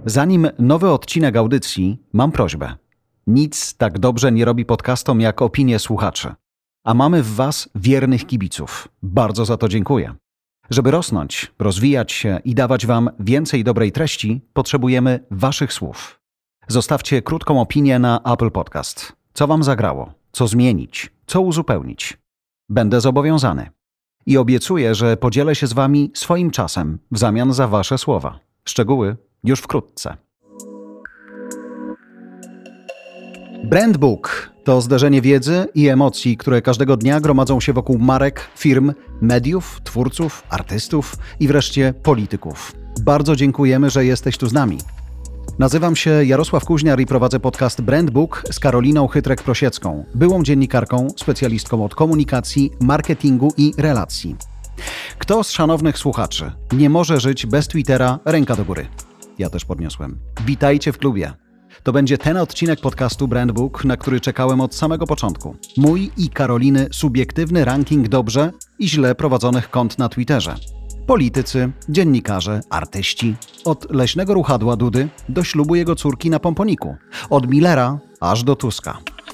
Zanim nowy odcinek audycji, mam prośbę. Nic tak dobrze nie robi podcastom jak opinie słuchaczy. A mamy w Was wiernych kibiców. Bardzo za to dziękuję. Żeby rosnąć, rozwijać się i dawać Wam więcej dobrej treści, potrzebujemy Waszych słów. Zostawcie krótką opinię na Apple Podcast. Co Wam zagrało? Co zmienić? Co uzupełnić? Będę zobowiązany. I obiecuję, że podzielę się z Wami swoim czasem w zamian za Wasze słowa. Szczegóły już wkrótce. Brandbook to zderzenie wiedzy i emocji, które każdego dnia gromadzą się wokół marek, firm, mediów, twórców, artystów i wreszcie polityków. Bardzo dziękujemy, że jesteś tu z nami. Nazywam się Jarosław Kuźniar i prowadzę podcast Brandbook z Karoliną Chytrek-Prosiecką, byłą dziennikarką, specjalistką od komunikacji, marketingu i relacji. Kto z szanownych słuchaczy nie może żyć bez Twittera? Ręka do góry. Ja też podniosłem. Witajcie w klubie. To będzie ten odcinek podcastu Brandbook, na który czekałem od samego początku. Mój i Karoliny subiektywny ranking dobrze i źle prowadzonych kont na Twitterze. Politycy, dziennikarze, artyści. Od leśnego ruchadła Dudy do ślubu jego córki na Pomponiku. Od Millera aż do Tuska.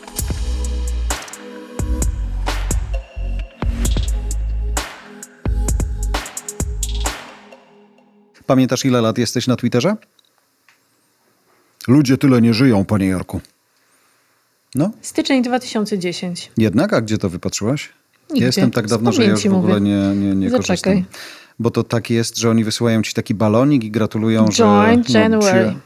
Pamiętasz, ile lat jesteś na Twitterze? Ludzie tyle nie żyją, panie Jorku. No? Styczeń 2010. Jednak? A gdzie to wypatrzyłaś? Nigdzie. Ja jestem tak dawno, że ja już w ogóle nie korzystam. Bo to tak jest, że oni wysyłają ci taki balonik i gratulują, Join że... January.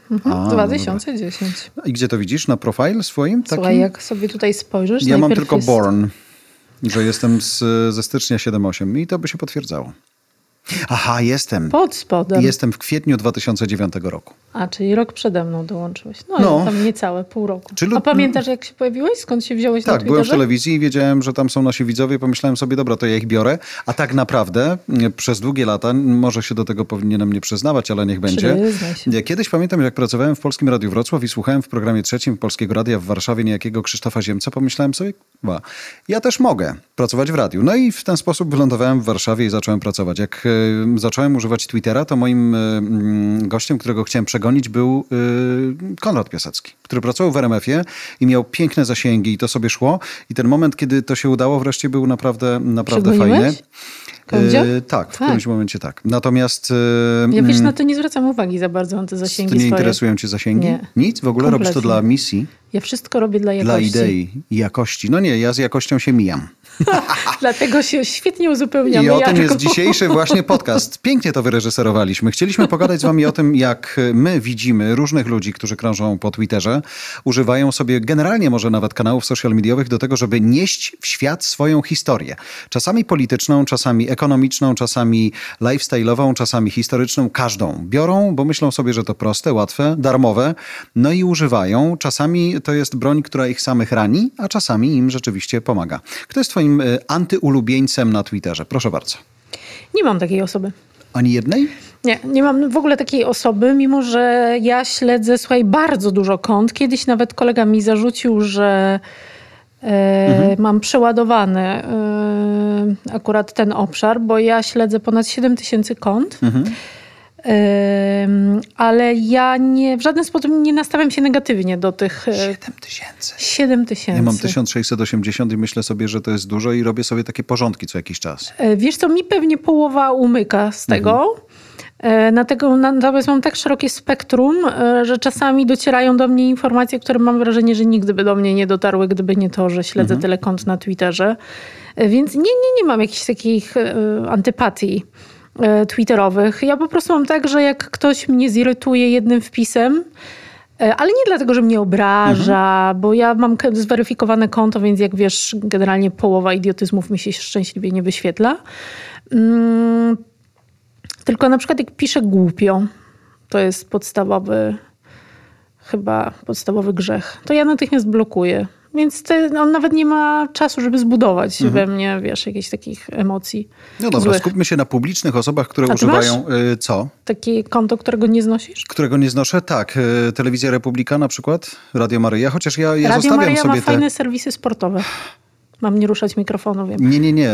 2010. No I gdzie to widzisz? Na profil swoim? Słuchaj, takim? jak sobie tutaj spojrzysz... Ja mam tylko Born, że jestem ze stycznia 7-8 i to by się potwierdzało. Aha, jestem. Pod spodem. Jestem w kwietniu 2009 roku. A, czyli rok przede mną dołączyłeś. No. Tam niecałe pół roku. A pamiętasz, jak się pojawiłeś? Skąd się wziąłeś na Twitterze? Tak, byłem w telewizji i wiedziałem, że tam są nasi widzowie. Pomyślałem sobie, dobra, to ja ich biorę. A tak naprawdę przez długie lata, może się do tego powinienem nie przyznawać, ale niech będzie. Przyznaj się. Kiedyś pamiętam, jak pracowałem w Polskim Radiu Wrocław i słuchałem w programie trzecim Polskiego Radia w Warszawie niejakiego Krzysztofa Ziemca. Pomyślałem sobie, ja też mogę pracować w radiu. No i w ten sposób wylądowałem w Warszawie i zacząłem pracować. Jak zacząłem używać Twittera, to moim gościem, którego chciałem przegonić, był Konrad Piasecki, który pracował w RMF-ie i miał piękne zasięgi i to sobie szło. I ten moment, kiedy to się udało, wreszcie był naprawdę fajny. Tak, w którymś momencie tak. Natomiast... Ja wiesz, na to nie zwracam uwagi za bardzo, na te zasięgi nie interesują cię zasięgi? Nie. Nic? W ogóle kompletnie. Robisz to dla misji? Ja wszystko robię dla jakości. Dla idei i jakości. No nie, ja z jakością się mijam. Dlatego się świetnie uzupełniamy. I o tym jest dzisiejszy właśnie podcast. Pięknie to wyreżyserowaliśmy. Chcieliśmy pogadać z wami o tym, jak my widzimy różnych ludzi, którzy krążą po Twitterze, używają sobie generalnie może nawet kanałów social mediowych do tego, żeby nieść w świat swoją historię. Czasami polityczną, czasami ekonomiczną, czasami lifestyle'ową, czasami historyczną. Każdą biorą, bo myślą sobie, że to proste, łatwe, darmowe. No i używają. Czasami to jest broń, która ich samych rani, a czasami im rzeczywiście pomaga. Kto jest twoim antyulubieńcem na Twitterze? Proszę bardzo. Nie mam takiej osoby. Ani jednej? Nie mam w ogóle takiej osoby, mimo że ja śledzę, bardzo dużo kont. Kiedyś nawet kolega mi zarzucił, że mam przeładowany akurat ten obszar, bo ja śledzę ponad 7000 kont. Ale ja w żaden sposób nie nastawiam się negatywnie do tych... 7000. 7000. Ja mam 1680 i myślę sobie, że to jest dużo i robię sobie takie porządki co jakiś czas. Wiesz co, mi pewnie połowa umyka z tego. Natomiast mam tak szerokie spektrum, że czasami docierają do mnie informacje, które mam wrażenie, że nigdy by do mnie nie dotarły, gdyby nie to, że śledzę tyle kont na Twitterze. Więc nie mam jakichś takich antypatii twitterowych. Ja po prostu mam tak, że jak ktoś mnie zirytuje jednym wpisem, ale nie dlatego, że mnie obraża, bo ja mam zweryfikowane konto, więc jak wiesz, generalnie połowa idiotyzmów mi się szczęśliwie nie wyświetla. Tylko na przykład jak piszę głupio, to jest podstawowy grzech, to ja natychmiast blokuję. Więc on nawet nie ma czasu, żeby zbudować we mnie, wiesz, jakichś takich emocji. No dobra, złych. Skupmy się na publicznych osobach, które używają... Co? Takie konto, którego nie znosisz? Którego nie znoszę? Tak. Telewizja Republika na przykład, Radio Maryja, chociaż ja Radio zostawiam Maryja sobie ma fajne serwisy sportowe. Mam nie ruszać mikrofonu, wiem. Nie.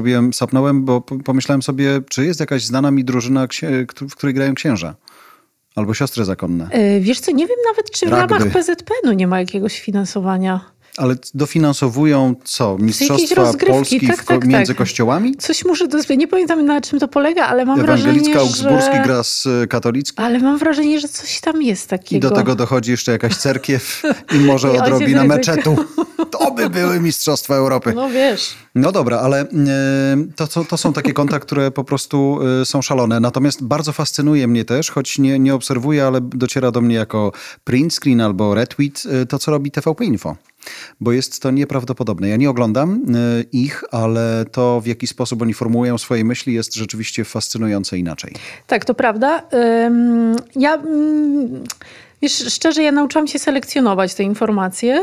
Sapnąłem, bo pomyślałem sobie, czy jest jakaś znana mi drużyna, w której grają księża. Albo siostry zakonne. Wiesz co, nie wiem nawet, czy w ramach PZPN-u nie ma jakiegoś finansowania. Ale dofinansowują co? Mistrzostwa Polski między kościołami? Coś muszę nie pamiętam, na czym to polega, ale mam wrażenie, Ewangelicka Augsburski gra z katolicką. Ale mam wrażenie, że coś tam jest takiego. I do tego dochodzi jeszcze jakaś cerkiew i może odrobina meczetu. To by były Mistrzostwa Europy. No wiesz. No dobra, ale to są takie konta, które po prostu są szalone. Natomiast bardzo fascynuje mnie też, choć nie obserwuję, ale dociera do mnie jako print screen albo retweet to, co robi TVP Info. Bo jest to nieprawdopodobne. Ja nie oglądam ich, ale to, w jaki sposób oni formułują swoje myśli, jest rzeczywiście fascynujące inaczej. Tak, to prawda. Wiesz, szczerze, ja nauczyłam się selekcjonować te informacje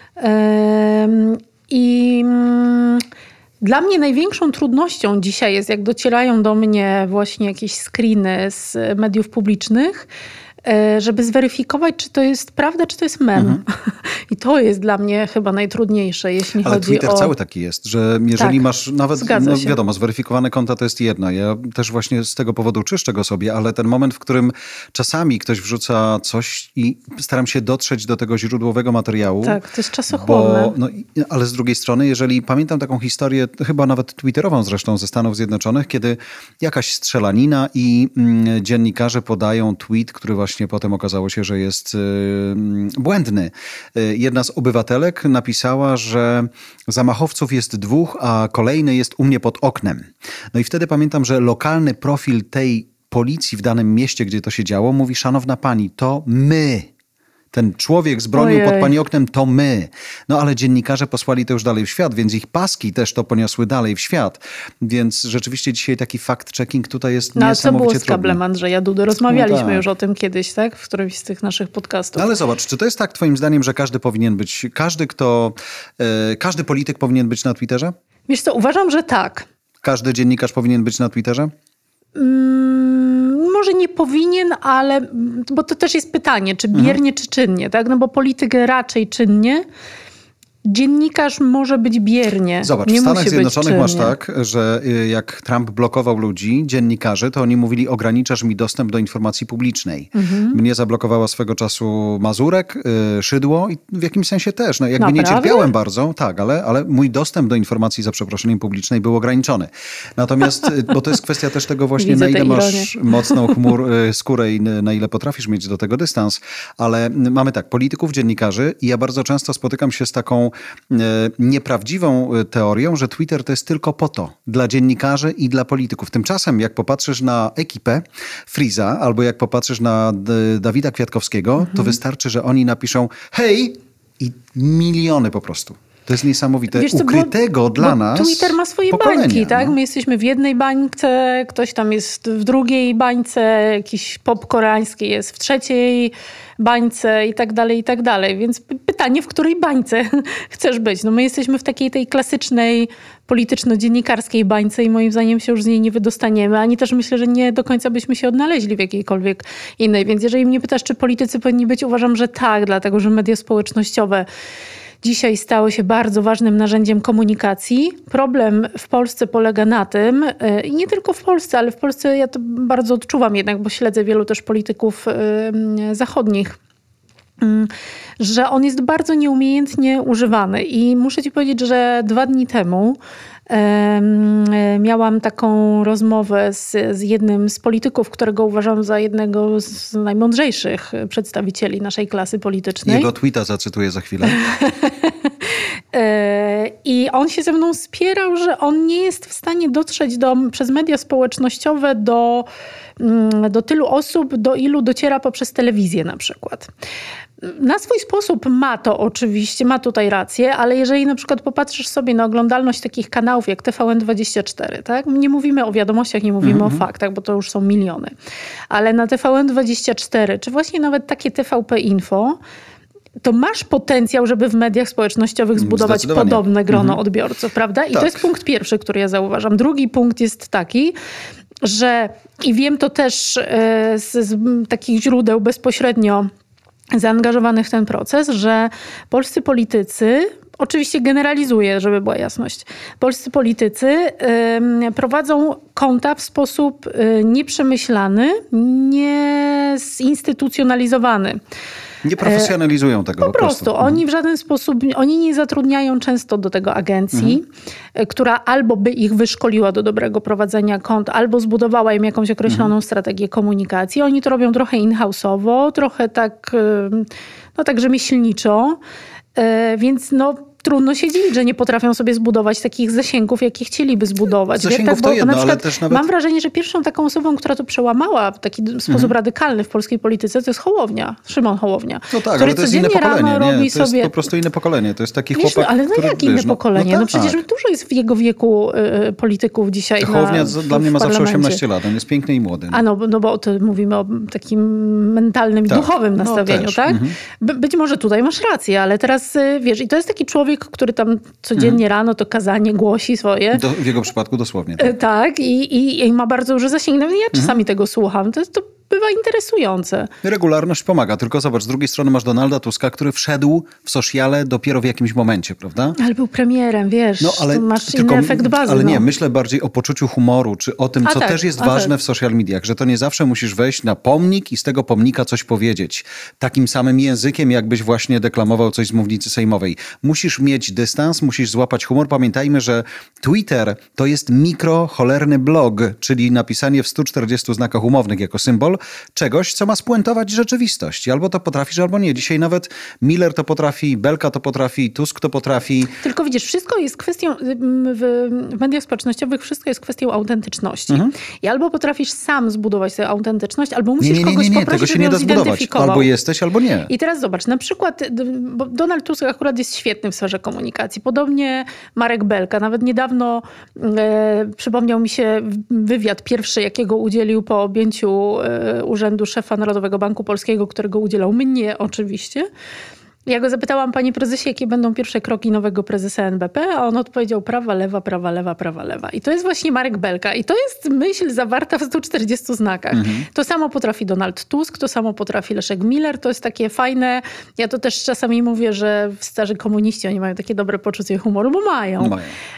i dla mnie największą trudnością dzisiaj jest, jak docierają do mnie właśnie jakieś screeny z mediów publicznych, żeby zweryfikować, czy to jest prawda, czy to jest mem. I to jest dla mnie chyba najtrudniejsze, jeśli chodzi o... Ale Twitter cały taki jest, że jeżeli masz nawet, wiadomo, zweryfikowane konta to jest jedna. Ja też właśnie z tego powodu czyszczę go sobie, ale ten moment, w którym czasami ktoś wrzuca coś i staram się dotrzeć do tego źródłowego materiału. Tak, to jest czasochłonne. Ale z drugiej strony, jeżeli pamiętam taką historię, chyba nawet twitterową zresztą ze Stanów Zjednoczonych, kiedy jakaś strzelanina i dziennikarze podają tweet, który właśnie potem okazało się, że jest błędny. Jedna z obywatelek napisała, że zamachowców jest 2, a kolejny jest u mnie pod oknem. No i wtedy pamiętam, że lokalny profil tej policji w danym mieście, gdzie to się działo, mówi: szanowna pani, to my. Ten człowiek z bronią pod pani oknem to my. No ale dziennikarze posłali to już dalej w świat, więc ich paski też to poniosły dalej w świat. Więc rzeczywiście dzisiaj taki fact-checking tutaj jest niesamowicie trudny. No a co było z kablem Andrzeja Dudy? Rozmawialiśmy już o tym kiedyś, tak? W którymś z tych naszych podcastów. No ale zobacz, czy to jest tak twoim zdaniem, że każdy powinien być, każdy polityk powinien być na Twitterze? Wiesz co, uważam, że tak. Każdy dziennikarz powinien być na Twitterze? Może nie powinien, ale bo to też jest pytanie, czy biernie, czy czynnie, tak? No bo polityk raczej czynnie. Dziennikarz może być biernie. Zobacz, nie w Stanach Zjednoczonych masz czynnie. tak, że jak Trump blokował ludzi, dziennikarzy, to oni mówili: ograniczasz mi dostęp do informacji publicznej. Mnie zablokowała swego czasu Mazurek, Szydło i w jakimś sensie też. No, jakby nie cierpiałem bardzo, tak, ale mój dostęp do informacji, za przeproszeniem, publicznej był ograniczony. Natomiast, bo to jest kwestia też tego właśnie, na ile masz mocną skórę i na ile potrafisz mieć do tego dystans. Ale mamy tak, polityków, dziennikarzy i ja bardzo często spotykam się z taką nieprawdziwą teorią, że Twitter to jest tylko po to, dla dziennikarzy i dla polityków. Tymczasem jak popatrzysz na ekipę Freeza albo jak popatrzysz na Dawida Kwiatkowskiego, to wystarczy, że oni napiszą hej i miliony po prostu. To jest niesamowite. Wiesz co, ukrytego dla nas Twitter ma swoje bańki, tak? No. My jesteśmy w jednej bańce, ktoś tam jest w drugiej bańce, jakiś pop koreański jest w trzeciej bańce i tak dalej, i tak dalej. Więc pytanie, w której bańce chcesz być? No my jesteśmy w takiej tej klasycznej polityczno-dziennikarskiej bańce i moim zdaniem się już z niej nie wydostaniemy, ani też myślę, że nie do końca byśmy się odnaleźli w jakiejkolwiek innej. Więc jeżeli mnie pytasz, czy politycy powinni być, uważam, że tak, dlatego że media społecznościowe dzisiaj stały się bardzo ważnym narzędziem komunikacji. Problem w Polsce polega na tym, i nie tylko w Polsce, ale w Polsce ja to bardzo odczuwam jednak, bo śledzę wielu też polityków zachodnich, że on jest bardzo nieumiejętnie używany. I muszę ci powiedzieć, że 2 dni temu miałam taką rozmowę z jednym z polityków, którego uważam za jednego z najmądrzejszych przedstawicieli naszej klasy politycznej. Jego tweeta zacytuję za chwilę. I on się ze mną spierał, że on nie jest w stanie dotrzeć przez media społecznościowe do tylu osób, do ilu dociera poprzez telewizję na przykład. Na swój sposób ma to oczywiście, ma tutaj rację, ale jeżeli na przykład popatrzysz sobie na oglądalność takich kanałów jak TVN24, tak? Nie mówimy o wiadomościach, nie mówimy o faktach, bo to już są miliony. Ale na TVN24, czy właśnie nawet takie TVP Info, to masz potencjał, żeby w mediach społecznościowych zbudować podobne grono odbiorców, prawda? I to jest punkt pierwszy, który ja zauważam. Drugi punkt jest taki, że, i wiem to też z takich źródeł bezpośrednio zaangażowanych w ten proces, że polscy politycy, oczywiście generalizuję, żeby była jasność, polscy politycy prowadzą konta w sposób nieprzemyślany, zinstytucjonalizowany. Nie profesjonalizują tego po prostu. Oni w żaden sposób, oni nie zatrudniają często do tego agencji, która albo by ich wyszkoliła do dobrego prowadzenia kont, albo zbudowała im jakąś określoną strategię komunikacji. Oni to robią trochę in-house'owo, trochę tak, tak rzemieślniczo, więc trudno się dziwić, że nie potrafią sobie zbudować takich zasięgów, jakie chcieliby zbudować. Zasięgów to jedno, ale też nawet... Mam wrażenie, że pierwszą taką osobą, która to przełamała w taki sposób radykalny w polskiej polityce, to jest Hołownia, Szymon Hołownia. No tak, ale to jest inne pokolenie. To jest po prostu inne pokolenie. To jest taki chłopak, ale który, jak inne pokolenie? Przecież dużo jest w jego wieku polityków dzisiaj Hołownia dla mnie ma zawsze 18 lat. On jest piękny i młody. Bo to mówimy o takim mentalnym i duchowym nastawieniu, tak? Być może tutaj masz rację, ale teraz wiesz, i to jest taki człowiek, który tam codziennie rano to kazanie głosi swoje. W jego przypadku dosłownie. Tak, i ma bardzo duże zasięgi. Nawet ja czasami tego słucham. To bywa interesujące. Regularność pomaga, tylko zobacz, z drugiej strony masz Donalda Tuska, który wszedł w sociale dopiero w jakimś momencie, prawda? Ale był premierem, wiesz, masz inny efekt bazy. Ale nie, myślę bardziej o poczuciu humoru, czy o tym, co też jest ważne w social mediach, że to nie zawsze musisz wejść na pomnik i z tego pomnika coś powiedzieć. Takim samym językiem, jakbyś właśnie deklamował coś z mównicy sejmowej. Musisz mieć dystans, musisz złapać humor. Pamiętajmy, że Twitter to jest mikrocholerny blog, czyli napisanie w 140 znakach umownych jako symbol czegoś, co ma spuentować rzeczywistość. Albo to potrafisz, albo nie. Dzisiaj nawet Miller to potrafi, Belka to potrafi, Tusk to potrafi. Tylko widzisz, wszystko jest kwestią, w mediach społecznościowych wszystko jest kwestią autentyczności. I albo potrafisz sam zbudować tę autentyczność, albo musisz kogoś poprosić, tego się nie da zbudować. Albo jesteś, albo nie. I teraz zobacz, na przykład, bo Donald Tusk akurat jest świetny w sferze komunikacji. Podobnie Marek Belka. Nawet niedawno przypomniał mi się wywiad pierwszy, jakiego udzielił po objęciu urzędu szefa Narodowego Banku Polskiego, którego udzielał mnie oczywiście. Ja go zapytałam, panie prezesie, jakie będą pierwsze kroki nowego prezesa NBP, a on odpowiedział prawa, lewa, prawa, lewa, prawa, lewa. I to jest właśnie Marek Belka. I to jest myśl zawarta w 140 znakach. To samo potrafi Donald Tusk, to samo potrafi Leszek Miller. To jest takie fajne. Ja to też czasami mówię, że starzy komuniści, oni mają takie dobre poczucie humoru, bo mają.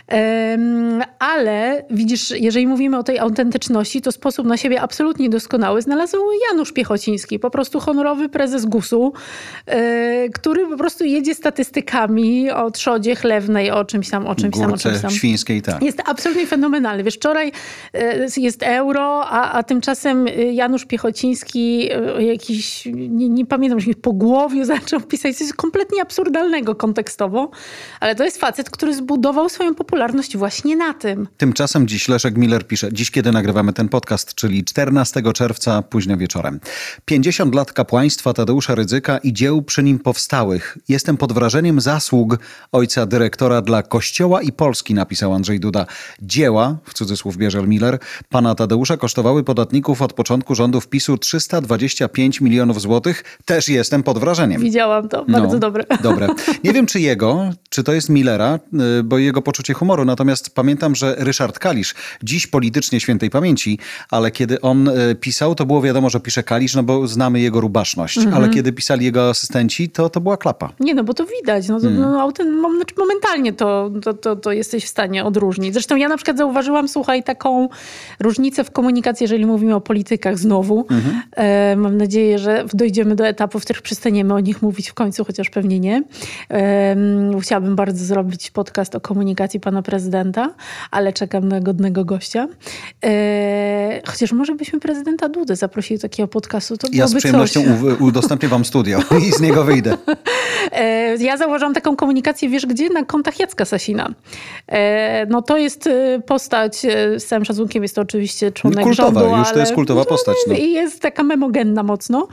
Ale widzisz, jeżeli mówimy o tej autentyczności, to sposób na siebie absolutnie doskonały znalazł Janusz Piechociński. Po prostu honorowy prezes GUS-u, który po prostu jedzie statystykami o trzodzie chlewnej, o czymś tam. Świńskiej, tak. Jest absolutnie fenomenalny. Wiesz, wczoraj jest euro, a tymczasem Janusz Piechociński jakiś, nie pamiętam, jakiś po głowie zaczął pisać coś kompletnie absurdalnego kontekstowo, ale to jest facet, który zbudował swoją popularność właśnie na tym. Tymczasem dziś Leszek Miller pisze, dziś kiedy nagrywamy ten podcast, czyli 14 czerwca, późno wieczorem. 50 lat kapłaństwa Tadeusza Rydzyka i dzieł przy nim powstałych. Jestem pod wrażeniem zasług ojca dyrektora dla Kościoła i Polski, napisał Andrzej Duda. Dzieła, w cudzysłów bierze Miller, pana Tadeusza kosztowały podatników od początku rządów PiS-u 325 milionów złotych. Też jestem pod wrażeniem. Widziałam to, bardzo dobre. Dobre. Nie wiem, czy to jest Millera, bo jego poczucie humoru. Natomiast pamiętam, że Ryszard Kalisz, dziś politycznie świętej pamięci, ale kiedy on pisał, to było wiadomo, że pisze Kalisz, no bo znamy jego rubaszność. Ale kiedy pisali jego asystenci, to była klapa. Nie, bo to widać. Momentalnie to jesteś w stanie odróżnić. Zresztą ja na przykład zauważyłam, słuchaj, taką różnicę w komunikacji, jeżeli mówimy o politykach znowu. Mam nadzieję, że dojdziemy do etapu, w których przestaniemy o nich mówić w końcu, chociaż pewnie nie. Chciałabym bardzo zrobić podcast o komunikacji pana prezydenta, ale czekam na godnego gościa. Chociaż może byśmy prezydenta Dudę zaprosili do takiego podcastu. To ja z przyjemnością udostępnię wam studio i z niego wyjdę. Ja zauważyłam taką komunikację, wiesz gdzie? Na kontach Jacka Sasina. To jest postać, z całym szacunkiem jest to oczywiście członek kultowa, rządu. Już to jest kultowa postać. I jest taka memogenna mocno.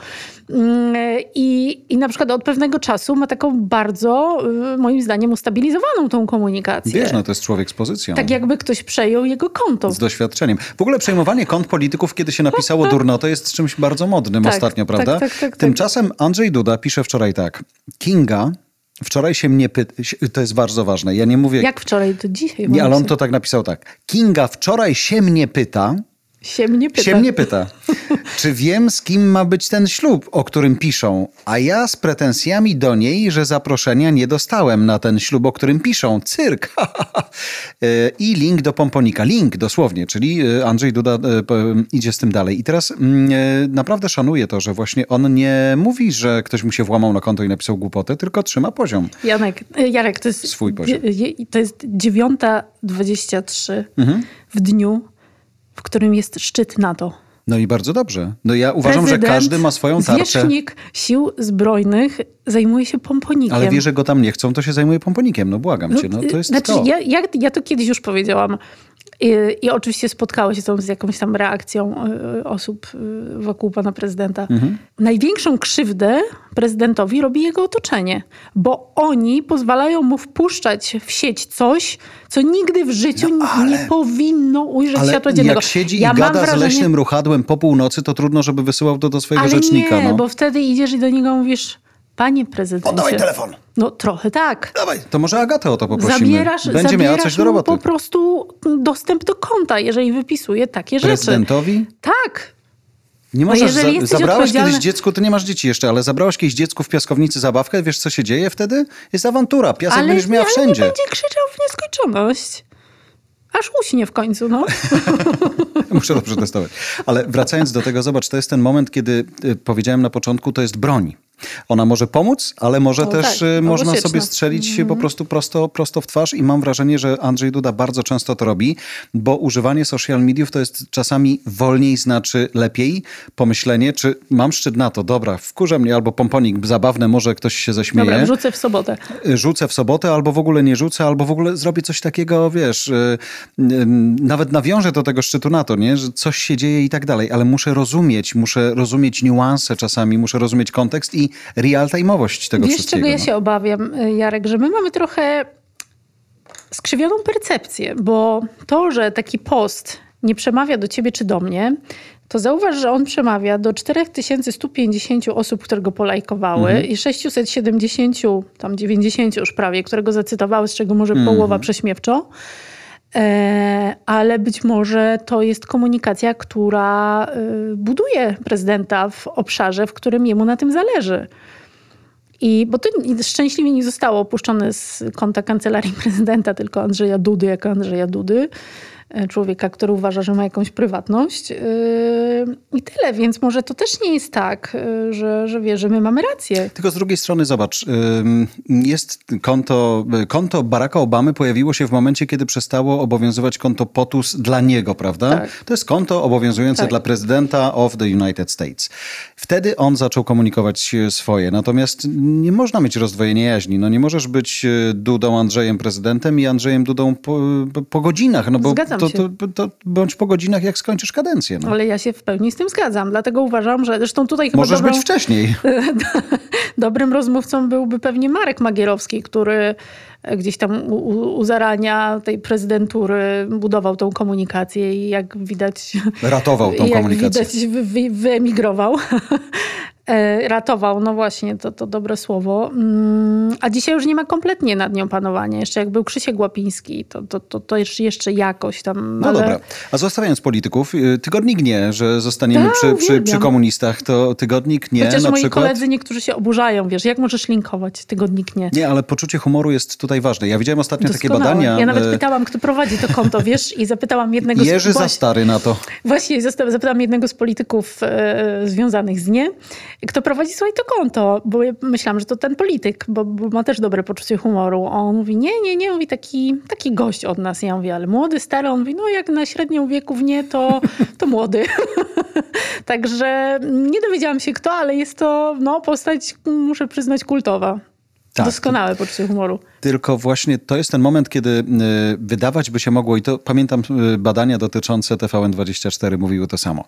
I na przykład od pewnego czasu ma taką bardzo, moim zdaniem, ustabilizowaną tą komunikację. Wiesz, to jest człowiek z pozycją. Tak jakby ktoś przejął jego konto. Z doświadczeniem. W ogóle przejmowanie kont polityków, kiedy się napisało durno, to jest czymś bardzo modnym ostatnio, prawda? Tak. Tymczasem Andrzej Duda pisze wczoraj tak. Kinga wczoraj się mnie pyta, to jest bardzo ważne, ja nie mówię... Jak wczoraj, to dzisiaj. Nie, ale on to tak napisał tak. Kinga wczoraj się mnie pyta, Się mnie pyta. Czy wiem, z kim ma być ten ślub, o którym piszą? A ja z pretensjami do niej, że zaproszenia nie dostałem na ten ślub, o którym piszą. Cyrk. I link do pomponika. Link dosłownie, czyli Andrzej Duda idzie z tym dalej. I teraz naprawdę szanuję to, że właśnie on nie mówi, że ktoś mu się włamał na konto i napisał głupotę, tylko trzyma poziom. Jarek, to jest swój poziom. To jest 9:23 w dniu, w którym jest szczyt NATO. No i bardzo dobrze. No ja uważam, że każdy ma swoją tarczę. Zwierzchnik sił zbrojnych zajmuje się pomponikiem. Ale wie, że go tam nie chcą, to się zajmuje pomponikiem. No błagam cię, no to jest to. Ja to kiedyś już powiedziałam. I oczywiście spotkało się z jakąś tam reakcją osób wokół pana prezydenta. Największą krzywdę prezydentowi robi jego otoczenie, bo oni pozwalają mu wpuszczać w sieć coś, co nigdy w życiu nie powinno ujrzeć światła dziennego. Jak siedzi i gada z leśnym ruchadłem po północy, to trudno, żeby wysyłał to do swojego rzecznika. Nie, bo wtedy idziesz i do niego mówisz: panie prezydencie. Oddawaj telefon. No trochę tak. Dawaj, to może Agatę o to poprosimy. Będzie miała coś do roboty. Po prostu dostęp do konta, jeżeli wypisuje takie rzeczy. Prezydentowi? Tak. Nie możesz, zabrałeś kiedyś dziecku, ty nie masz dzieci jeszcze, ale zabrałeś kiedyś dziecku w piaskownicy zabawkę, wiesz co się dzieje wtedy? Jest awantura, piasek będziesz miała wszędzie. Ale nie będzie krzyczał w nieskończoność. Aż uśnie w końcu, no. Muszę to przetestować. Ale wracając do tego, zobacz, to jest ten moment, kiedy powiedziałem na początku, to jest broń. Ona może pomóc, ale może też można sobie strzelić po prostu prosto w twarz i mam wrażenie, że Andrzej Duda bardzo często to robi, bo używanie social mediów to jest czasami wolniej znaczy lepiej. Pomyślenie, czy mam szczyt na to, dobra, wkurza mnie albo pomponik zabawne, może ktoś się zaśmieje. Dobra, rzucę w sobotę. Rzucę w sobotę, albo w ogóle nie rzucę, albo w ogóle zrobię coś takiego, wiesz, nawet nawiążę do tego szczytu NATO, nie? Że coś się dzieje i tak dalej, ale muszę rozumieć niuanse czasami, muszę rozumieć kontekst i real-time'owość tego wszystkiego. Wiesz, czego ja się obawiam, Jarek, że my mamy trochę skrzywioną percepcję, bo to, że taki post nie przemawia do ciebie czy do mnie, to zauważ, że on przemawia do 4150 osób, które go polajkowały i 670, tam 90 już prawie, które go zacytowały, z czego może połowa prześmiewczo. Ale być może to jest komunikacja, która buduje prezydenta w obszarze, w którym jemu na tym zależy. Bo to szczęśliwie nie zostało opuszczone z konta Kancelarii Prezydenta, tylko Andrzeja Dudy jako Andrzeja Dudy. Człowieka, który uważa, że ma jakąś prywatność. I tyle, więc może to też nie jest tak, że wie, że my mamy rację. Tylko z drugiej strony zobacz, jest konto Baracka Obamy pojawiło się w momencie, kiedy przestało obowiązywać konto POTUS dla niego, prawda? Tak. To jest konto obowiązujące dla prezydenta of the United States. Wtedy on zaczął komunikować swoje. Natomiast nie można mieć rozdwojenia jaźni. No nie możesz być Dudą Andrzejem prezydentem i Andrzejem Dudą po godzinach. No bo to bądź po godzinach, jak skończysz kadencję. No. Ale ja się w pełni z tym zgadzam. Dlatego uważam, że zresztą tutaj chyba możesz być wcześniej. Dobrym rozmówcą byłby pewnie Marek Magierowski, który gdzieś tam u zarania tej prezydentury budował tą komunikację i jak widać... Ratował tą komunikację. Jak widać wyemigrował. Ratował, no właśnie, to dobre słowo. A dzisiaj już nie ma kompletnie nad nią panowania. Jeszcze jak był Krzysiek Łapiński, to jeszcze jakoś tam... No dobra, a zostawiając polityków, tygodnik nie, że zostaniemy przy komunistach, to tygodnik nie. Chociaż na moi przykład... koledzy niektórzy się oburzają, wiesz, jak możesz linkować tygodnik nie? Nie, ale poczucie humoru jest tutaj ważne. Ja widziałem ostatnio takie badania. Ja nawet pytałam, kto prowadzi to konto, wiesz, i zapytałam jednego... Jerzy za stary na to. Właśnie, zapytałam jednego z polityków związanych z nie, kto prowadzi, słuchaj, to konto, bo ja myślałam, że to ten polityk, bo ma też dobre poczucie humoru. On mówi, nie, mówi taki gość od nas. Ja mówię, ale młody, stary? On mówi, no jak na średnią wieku nie, to młody. Także nie dowiedziałam się kto, ale jest to postać, muszę przyznać, kultowa. Tak. Doskonałe poczucie humoru. Tylko właśnie to jest ten moment, kiedy wydawać by się mogło, i to pamiętam badania dotyczące TVN24 mówiły to samo.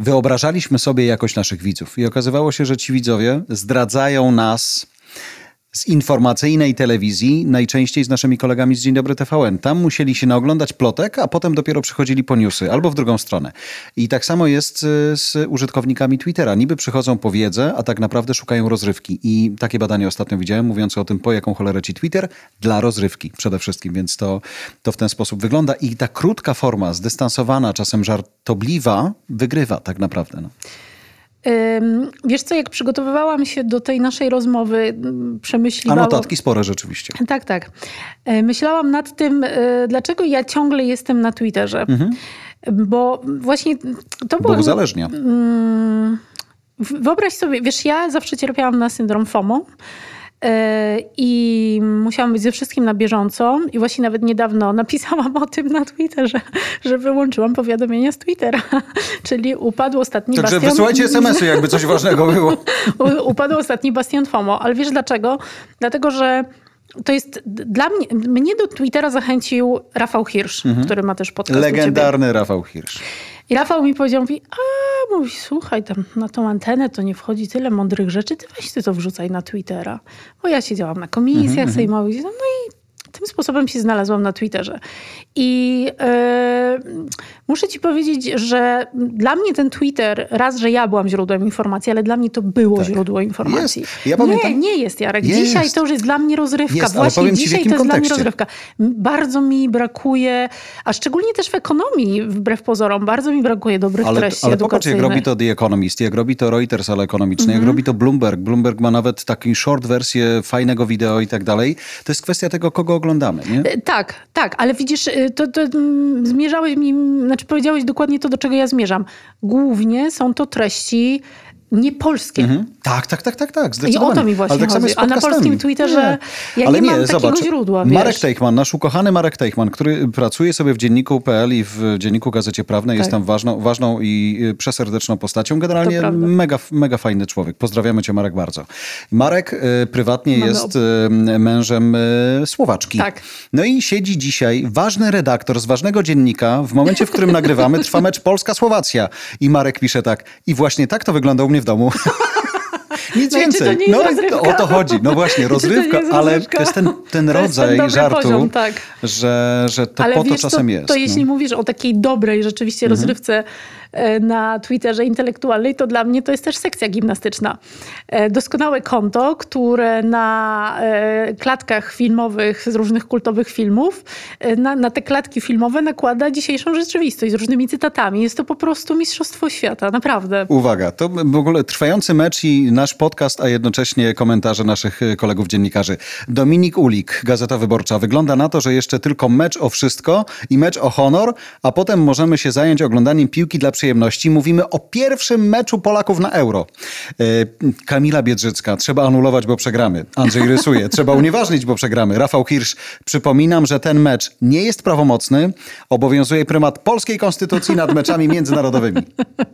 Wyobrażaliśmy sobie jakość naszych widzów i okazywało się, że ci widzowie zdradzają nas z informacyjnej telewizji, najczęściej z naszymi kolegami z Dzień Dobry TVN. Tam musieli się naoglądać plotek, a potem dopiero przychodzili po newsy, albo w drugą stronę. I tak samo jest z użytkownikami Twittera. Niby przychodzą po wiedzę, a tak naprawdę szukają rozrywki. I takie badanie ostatnio widziałem, mówiące o tym, po jaką cholerę ci Twitter, dla rozrywki przede wszystkim, więc to w ten sposób wygląda. I ta krótka forma, zdystansowana, czasem żartobliwa, wygrywa tak naprawdę. No. Wiesz co, jak przygotowywałam się do tej naszej rozmowy, przemyśliwałam... A notatki spore rzeczywiście. Tak. Myślałam nad tym, dlaczego ja ciągle jestem na Twitterze. Bo właśnie to było... Bo uzależnia. Wyobraź sobie, wiesz, ja zawsze cierpiałam na syndrom FOMO. I musiałam być ze wszystkim na bieżąco i właśnie nawet niedawno napisałam o tym na Twitterze, że wyłączyłam powiadomienia z Twittera, czyli upadł ostatni bastion... Także wysyłajcie SMS-y, jakby coś ważnego było. Upadł ostatni bastion FOMO, ale wiesz dlaczego? Dlatego, że to jest dla mnie do Twittera zachęcił Rafał Hirsch, który ma też podcast. Legendarny Rafał Hirsch. I Rafał mi powiedział, mówi, słuchaj, tam na tą antenę to nie wchodzi tyle mądrych rzeczy, ty to wrzucaj na Twittera. Bo ja siedziałam na komisjach sejmowych, no i tym sposobem się znalazłam na Twitterze. I muszę ci powiedzieć, że dla mnie ten Twitter, raz, że ja byłam źródłem informacji, ale dla mnie to było źródło informacji. Jest. Ja pamiętam... Nie jest, Jarek. Jest. Dzisiaj to już jest dla mnie rozrywka. Jest, właśnie dzisiaj to jest dla mnie kontekście. rozrywka. Bardzo mi brakuje, a szczególnie też w ekonomii, wbrew pozorom, bardzo mi brakuje dobrych treści ale edukacyjnych. popatrz, jak robi to The Economist, jak robi to Reuters, ale ekonomiczny, jak robi to Bloomberg. Bloomberg ma nawet taką short wersję fajnego wideo i tak dalej. To jest kwestia tego, kogo oglądamy, nie? Tak, ale widzisz, to zmierzałeś mi, znaczy powiedziałeś dokładnie to, do czego ja zmierzam. Głównie są to treści niepolskie. Tak, zdecydowanie. I o to mi właśnie tak chodzi. A na polskim Twitterze nie mam takiego źródła. Wiesz. Marek Teichmann, nasz ukochany Marek Teichmann, który pracuje sobie w Dzienniku.pl i w Dzienniku Gazecie Prawnej, jest tam ważną i przeserdeczną postacią. Generalnie mega fajny człowiek. Pozdrawiamy cię, Marek, bardzo. Marek prywatnie jest mężem Słowaczki. Tak. No i siedzi dzisiaj ważny redaktor z ważnego dziennika, w momencie, w którym nagrywamy, trwa mecz Polska-Słowacja. I Marek pisze tak. I właśnie tak to wygląda u mnie w domu. Nic więcej. To nie jest rozrywka? O to chodzi. No właśnie, rozrywka, ale to jest ten rodzaj żartu, poziom, że to ale po to czasem jest. To jeśli mówisz o takiej dobrej rzeczywiście rozrywce na Twitterze intelektualnej, to dla mnie to jest też sekcja gimnastyczna. Doskonałe konto, które na klatkach filmowych z różnych kultowych filmów, na te klatki filmowe nakłada dzisiejszą rzeczywistość z różnymi cytatami. Jest to po prostu mistrzostwo świata, naprawdę. Uwaga, to w ogóle trwający mecz i nasz podcast, a jednocześnie komentarze naszych kolegów dziennikarzy. Dominik Ulik, Gazeta Wyborcza. Wygląda na to, że jeszcze tylko mecz o wszystko i mecz o honor, a potem możemy się zająć oglądaniem piłki dla przyjemności. Mówimy o pierwszym meczu Polaków na Euro. Kamila Biedrzycka. Trzeba anulować, bo przegramy. Andrzej rysuje. Trzeba unieważnić, bo przegramy. Rafał Hirsch. Przypominam, że ten mecz nie jest prawomocny. Obowiązuje prymat polskiej konstytucji nad meczami międzynarodowymi.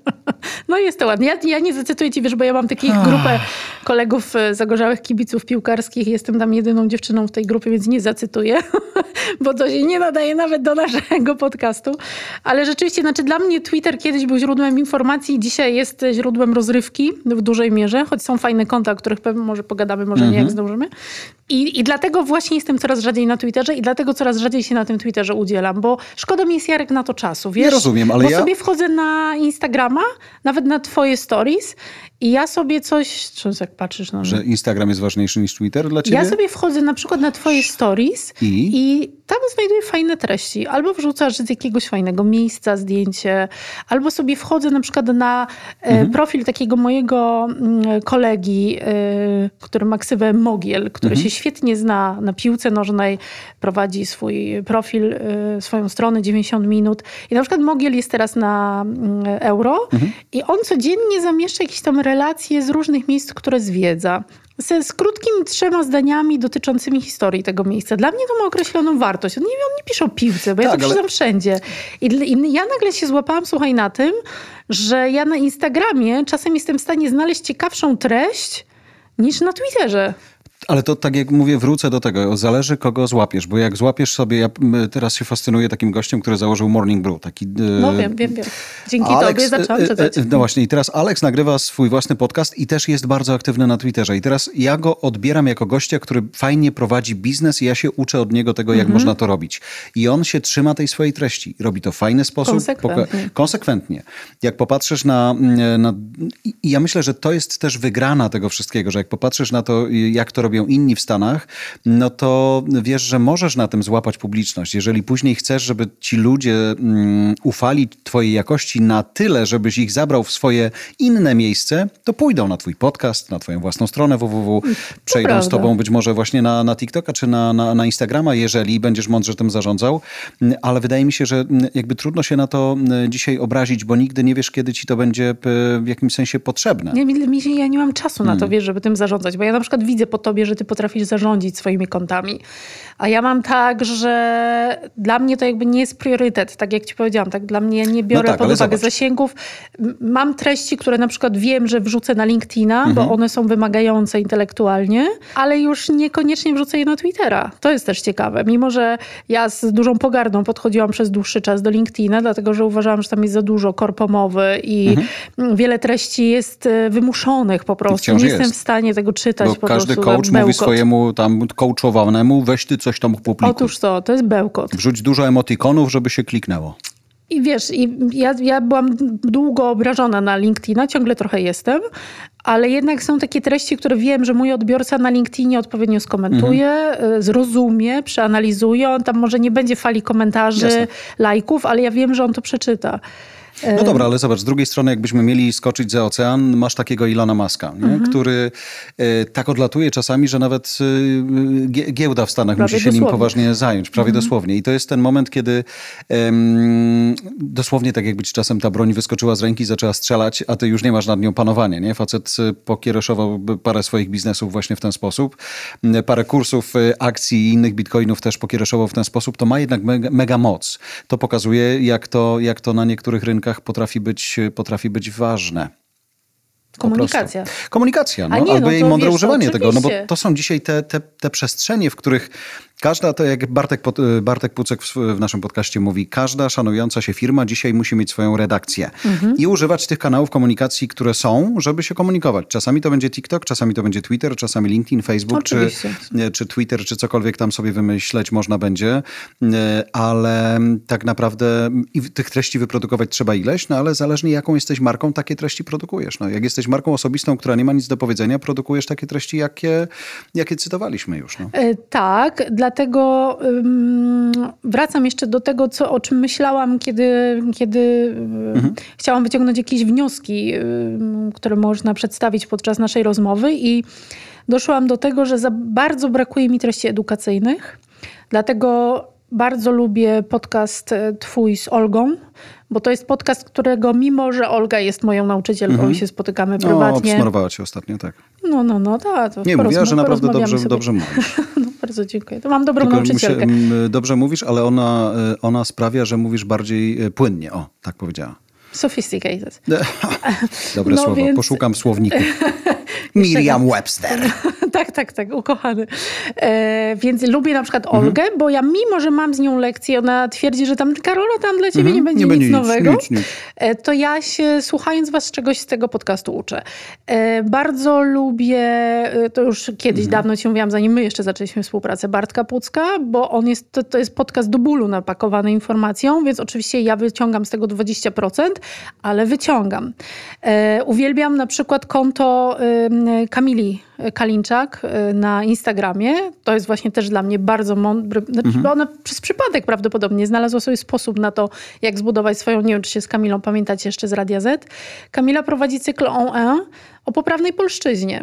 No jest to ładnie. Ja nie zacytuję ci, wiesz, bo ja mam taką grupę kolegów zagorzałych kibiców piłkarskich. Jestem tam jedyną dziewczyną w tej grupie, więc nie zacytuję, bo to się nie nadaje nawet do naszego podcastu. Ale rzeczywiście, znaczy dla mnie Twitter kiedyś był źródłem informacji, dzisiaj jest źródłem rozrywki w dużej mierze, choć są fajne konta, o których pewnie może pogadamy, może nie, jak zdążymy. I dlatego właśnie jestem coraz rzadziej na Twitterze i dlatego coraz rzadziej się na tym Twitterze udzielam, bo szkoda mi jest, Jarek, na to czasu, wiesz? Nie rozumiem, ale bo sobie wchodzę na Instagrama, nawet na twoje stories i ja sobie coś, jak patrzysz na mnie. Że Instagram jest ważniejszy niż Twitter dla ciebie? Ja sobie wchodzę na przykład na twoje stories i tam znajduję fajne treści. Albo wrzucasz z jakiegoś fajnego miejsca zdjęcie, albo sobie wchodzę na przykład na profil takiego mojego kolegi, który ma ksywę Mogiel, który się świetnie zna na piłce nożnej, prowadzi swój profil, swoją stronę 90 minut. I na przykład Mogiel jest teraz na Euro i on codziennie zamieszcza jakieś tam relacje z różnych miejsc, które zwiedza. Z krótkimi 3 zdaniami dotyczącymi historii tego miejsca. Dla mnie to ma określoną wartość. On nie pisze o piłce, bo ja to przeczytam wszędzie. I ja nagle się złapałam, słuchaj, na tym, że ja na Instagramie czasem jestem w stanie znaleźć ciekawszą treść niż na Twitterze. Ale to tak jak mówię, wrócę do tego. Zależy, kogo złapiesz. Bo jak złapiesz sobie... Ja teraz się fascynuję takim gościem, który założył Morning Brew. Taki, no wiem. Dzięki tobie zaczęłam czytać. No właśnie, i teraz Alex nagrywa swój własny podcast i też jest bardzo aktywny na Twitterze. I teraz ja go odbieram jako gościa, który fajnie prowadzi biznes i ja się uczę od niego tego, jak można to robić. I on się trzyma tej swojej treści. Robi to w fajny sposób. Konsekwentnie. Jak popatrzysz I ja myślę, że to jest też wygrana tego wszystkiego, że jak popatrzysz na to, jak to robią inni w Stanach, no to wiesz, że możesz na tym złapać publiczność. Jeżeli później chcesz, żeby ci ludzie ufali twojej jakości na tyle, żebyś ich zabrał w swoje inne miejsce, to pójdą na twój podcast, na twoją własną stronę www, przejdą z tobą być może właśnie na TikToka czy na Instagrama, jeżeli będziesz mądrze tym zarządzał. Ale wydaje mi się, że jakby trudno się na to dzisiaj obrazić, bo nigdy nie wiesz, kiedy ci to będzie w jakimś sensie potrzebne. Ja nie mam czasu na to, wiesz, żeby tym zarządzać, bo ja na przykład widzę po tobie, że ty potrafisz zarządzić swoimi kontami. A ja mam tak, że dla mnie to jakby nie jest priorytet, tak jak ci powiedziałam, tak dla mnie nie biorę pod uwagę zasięgów. Mam treści, które na przykład wiem, że wrzucę na LinkedIna, bo one są wymagające intelektualnie, ale już niekoniecznie wrzucę je na Twittera. To jest też ciekawe. Mimo że ja z dużą pogardą podchodziłam przez dłuższy czas do LinkedIna, dlatego że uważałam, że tam jest za dużo korpomowy i wiele treści jest wymuszonych po prostu. Wciąż nie jestem w stanie tego czytać. Bo każdy coach mówi swojemu tam coachowanemu, weź ty coś tam publikuj. Otóż to jest bełkot. Wrzuć dużo emotikonów, żeby się kliknęło. I wiesz, ja byłam długo obrażona na LinkedIna, ciągle trochę jestem, ale jednak są takie treści, które wiem, że mój odbiorca na LinkedInie odpowiednio skomentuje, zrozumie, przeanalizuje. On tam może nie będzie fali komentarzy, lajków, ale ja wiem, że on to przeczyta. No dobra, ale zobacz, z drugiej strony jakbyśmy mieli skoczyć za ocean, masz takiego Ilona Muska, który tak odlatuje czasami, że nawet giełda w Stanach musi się nim poważnie zająć, prawie dosłownie. I to jest ten moment, kiedy dosłownie tak jakby ci czasem ta broń wyskoczyła z ręki, zaczęła strzelać, a ty już nie masz nad nią panowania, nie? Facet pokiereszował parę swoich biznesów właśnie w ten sposób. Parę kursów akcji i innych bitcoinów też pokiereszował w ten sposób. To ma jednak mega moc. To pokazuje, jak to na niektórych rynkach potrafi być ważne. Komunikacja. Komunikacja, albo jej mądre używanie tego. No bo to są dzisiaj te przestrzenie, w których każda, to jak Bartek Pucek w naszym podcaście mówi, każda szanująca się firma dzisiaj musi mieć swoją redakcję i używać tych kanałów komunikacji, które są, żeby się komunikować. Czasami to będzie TikTok, czasami to będzie Twitter, czasami LinkedIn, Facebook, czy Twitter, czy cokolwiek tam sobie wymyśleć można będzie, ale tak naprawdę tych treści wyprodukować trzeba ileś, ale zależnie jaką jesteś marką, takie treści produkujesz. Jak jesteś marką osobistą, która nie ma nic do powiedzenia, produkujesz takie treści, jakie cytowaliśmy już. Tak, dlatego wracam jeszcze do tego, o czym myślałam, kiedy chciałam wyciągnąć jakieś wnioski, które można przedstawić podczas naszej rozmowy i doszłam do tego, że za bardzo brakuje mi treści edukacyjnych. Dlatego bardzo lubię podcast twój z Olgą, bo to jest podcast, którego mimo, że Olga jest moją nauczycielką i się spotykamy prywatnie. Smarowała cię ostatnio, tak. Tak. Nie, mówiła, że naprawdę dobrze mówisz. Bardzo dziękuję. To mam dobrą nauczycielkę. Dobrze mówisz, ale ona sprawia, że mówisz bardziej płynnie. O, tak powiedziała. Sophisticated. Dobre słowo. Więc... Poszukam w słowniku. Merriam-Webster. Tak, ukochany. Więc lubię na przykład Olgę, bo ja mimo, że mam z nią lekcję, ona twierdzi, że Karola, tam dla ciebie nie będzie nic nowego. Nic. To ja się, słuchając was, czegoś z tego podcastu uczę. Bardzo lubię, to już kiedyś dawno ci mówiłam, zanim my jeszcze zaczęliśmy współpracę, Bartka Pucka, bo on jest, to jest podcast do bólu napakowany informacją, więc oczywiście ja wyciągam z tego 20%, ale wyciągam. Uwielbiam na przykład konto Kamili Kalinczak na Instagramie. To jest właśnie też dla mnie bardzo mądry. Bo ona przez przypadek prawdopodobnie znalazła sobie sposób na to, jak zbudować swoją, nie wiem, czy się z Kamilą pamiętacie jeszcze z Radia Z. Kamila prowadzi cykl o poprawnej polszczyźnie.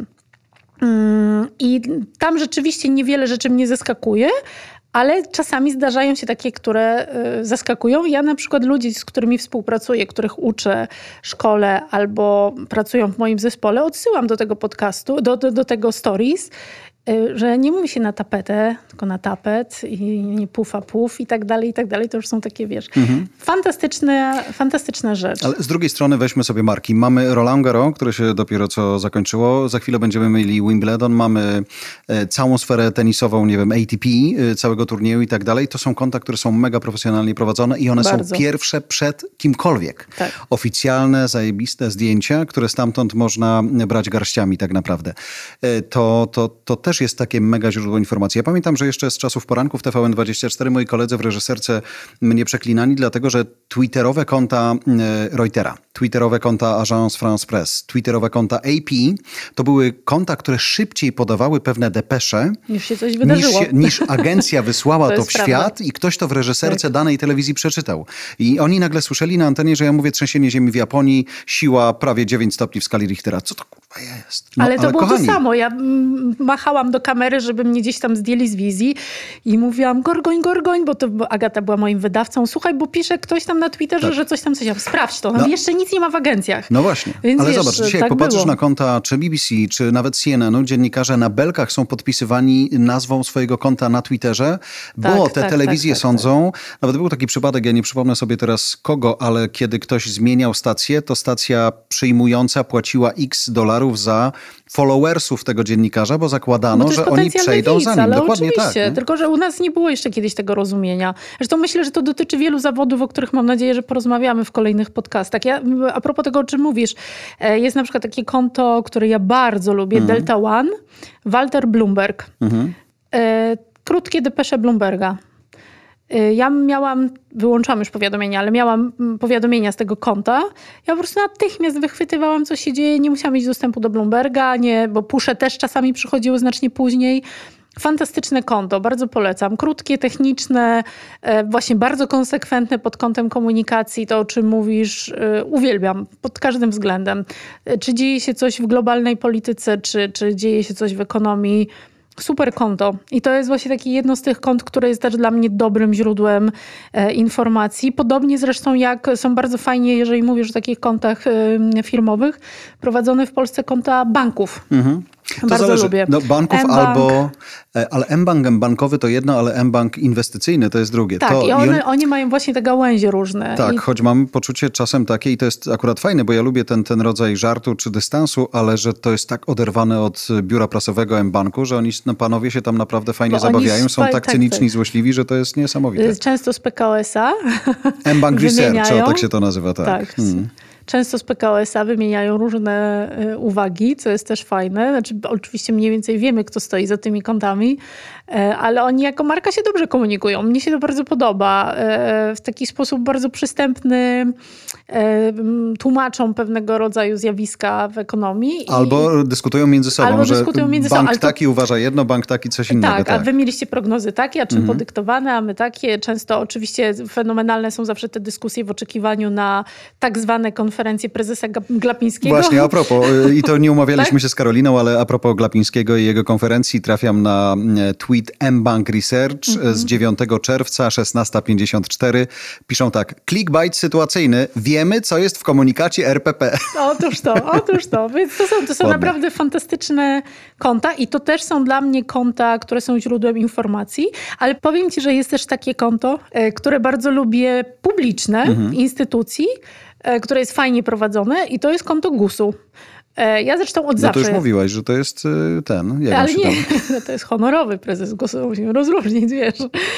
I tam rzeczywiście niewiele rzeczy mnie zaskakuje, ale czasami zdarzają się takie, które zaskakują. Ja na przykład ludzi, z którymi współpracuję, których uczę, szkole albo pracują w moim zespole, odsyłam do tego podcastu, do tego stories że nie mówi się na tapetę, tylko na tapet i nie puf a puf i tak dalej, i tak dalej. To już są takie, wiesz, fantastyczna rzecz. Ale z drugiej strony weźmy sobie marki. Mamy Roland Garros, które się dopiero co zakończyło. Za chwilę będziemy mieli Wimbledon. Mamy całą sferę tenisową, nie wiem, ATP, całego turnieju i tak dalej. To są konta, które są mega profesjonalnie prowadzone i one są pierwsze przed kimkolwiek. Tak. Oficjalne, zajebiste zdjęcia, które stamtąd można brać garściami tak naprawdę. To też jest takie mega źródło informacji. Ja pamiętam, że jeszcze z czasów poranków TVN24 moi koledzy w reżyserce mnie przeklinali, dlatego że twitterowe konta Reutera, twitterowe konta Agence France Presse, twitterowe konta AP, to były konta, które szybciej podawały pewne depesze niż się coś wydarzyło. Niż agencja wysłała to w świat i ktoś to w reżyserce danej telewizji przeczytał. I oni nagle słyszeli na antenie, że ja mówię trzęsienie ziemi w Japonii, siła prawie 9 stopni w skali Richtera. Co to kurwa jest? No, ale to było kochani, to samo. Ja machałam do kamery, żeby mnie gdzieś tam zdjęli z wizji i mówiłam Gorgoń, bo Agata była moim wydawcą. Słuchaj, bo pisze ktoś tam na Twitterze, że coś tam sprawdź to. No. Jeszcze nic nie ma w agencjach. No właśnie. Więc ale wiesz, zobacz, dzisiaj jak popatrzysz na konta czy BBC, czy nawet CNN-u, dziennikarze na belkach są podpisywani nazwą swojego konta na Twitterze, bo te telewizje sądzą. Nawet był taki przypadek, ja nie przypomnę sobie teraz kogo, ale kiedy ktoś zmieniał stację, to stacja przyjmująca płaciła X dolarów za followersów tego dziennikarza, bo zakładano, że oni przejdą za nim. Ale dokładnie oczywiście, tak. Tylko że u nas nie było jeszcze kiedyś tego rozumienia. Zresztą myślę, że to dotyczy wielu zawodów, o których mam nadzieję, że porozmawiamy w kolejnych podcastach. A propos tego, o czym mówisz, jest na przykład takie konto, które ja bardzo lubię, Delta One, Walter Bloomberg. Krótkie depesze Bloomberga. Ja wyłączałam już powiadomienia, ale miałam powiadomienia z tego konta. Ja po prostu natychmiast wychwytywałam, co się dzieje. Nie musiałam mieć dostępu do Bloomberga, bo pusze też czasami przychodziły znacznie później. Fantastyczne konto, bardzo polecam. Krótkie, techniczne, właśnie bardzo konsekwentne pod kątem komunikacji. To, o czym mówisz, uwielbiam pod każdym względem. Czy dzieje się coś w globalnej polityce, czy dzieje się coś w ekonomii. Super konto. I to jest właśnie takie jedno z tych kont, które jest też dla mnie dobrym źródłem informacji. Podobnie zresztą jak są bardzo fajnie, jeżeli mówisz o takich kontach firmowych, prowadzone w Polsce konta banków. To bardzo zależy. lubię. No, banków albo... Ale mBank bankowy to jedno, ale mBank inwestycyjny to jest drugie. Tak, oni mają właśnie te gałęzie różne. Tak, choć mam poczucie czasem takie i to jest akurat fajne, bo ja lubię ten rodzaj żartu czy dystansu, ale że to jest tak oderwane od biura prasowego mBanku, że oni panowie się tam naprawdę fajnie zabawiają. Są tak cyniczni, złośliwi, że to jest niesamowite. Często z PKO-SA mBank Research, tak się to nazywa. Tak. Często z PKO-SA wymieniają różne uwagi, co jest też fajne. Znaczy, oczywiście mniej więcej wiemy, kto stoi za tymi kontami, ale oni jako marka się dobrze komunikują. Mnie się to bardzo podoba. W taki sposób bardzo przystępny tłumaczą pewnego rodzaju zjawiska w ekonomii. Albo dyskutują między sobą, że bank taki uważa jedno, bank taki coś innego. Tak, a wy mieliście prognozy takie, a czym podyktowane, a my takie. Często oczywiście fenomenalne są zawsze te dyskusje w oczekiwaniu na tak zwane konferencje prezesa Glapińskiego. Właśnie, a propos, i to nie umawialiśmy się z Karoliną, ale a propos Glapińskiego i jego konferencji, trafiam na tweet mBank Research z 9 czerwca, 16:54. Piszą tak, clickbait sytuacyjny, wiemy, co jest w komunikacie RPP. Otóż to. Więc to są naprawdę fantastyczne konta i to też są dla mnie konta, które są źródłem informacji, ale powiem ci, że jest też takie konto, które bardzo lubię, publiczne, instytucji, które jest fajnie prowadzone i to jest konto GUS-u. Ja zresztą od zawsze... No to już mówiłaś, że to jest ten... Jak ale nie, to jest honorowy prezes GUS-u, musimy rozróżnić, wiesz.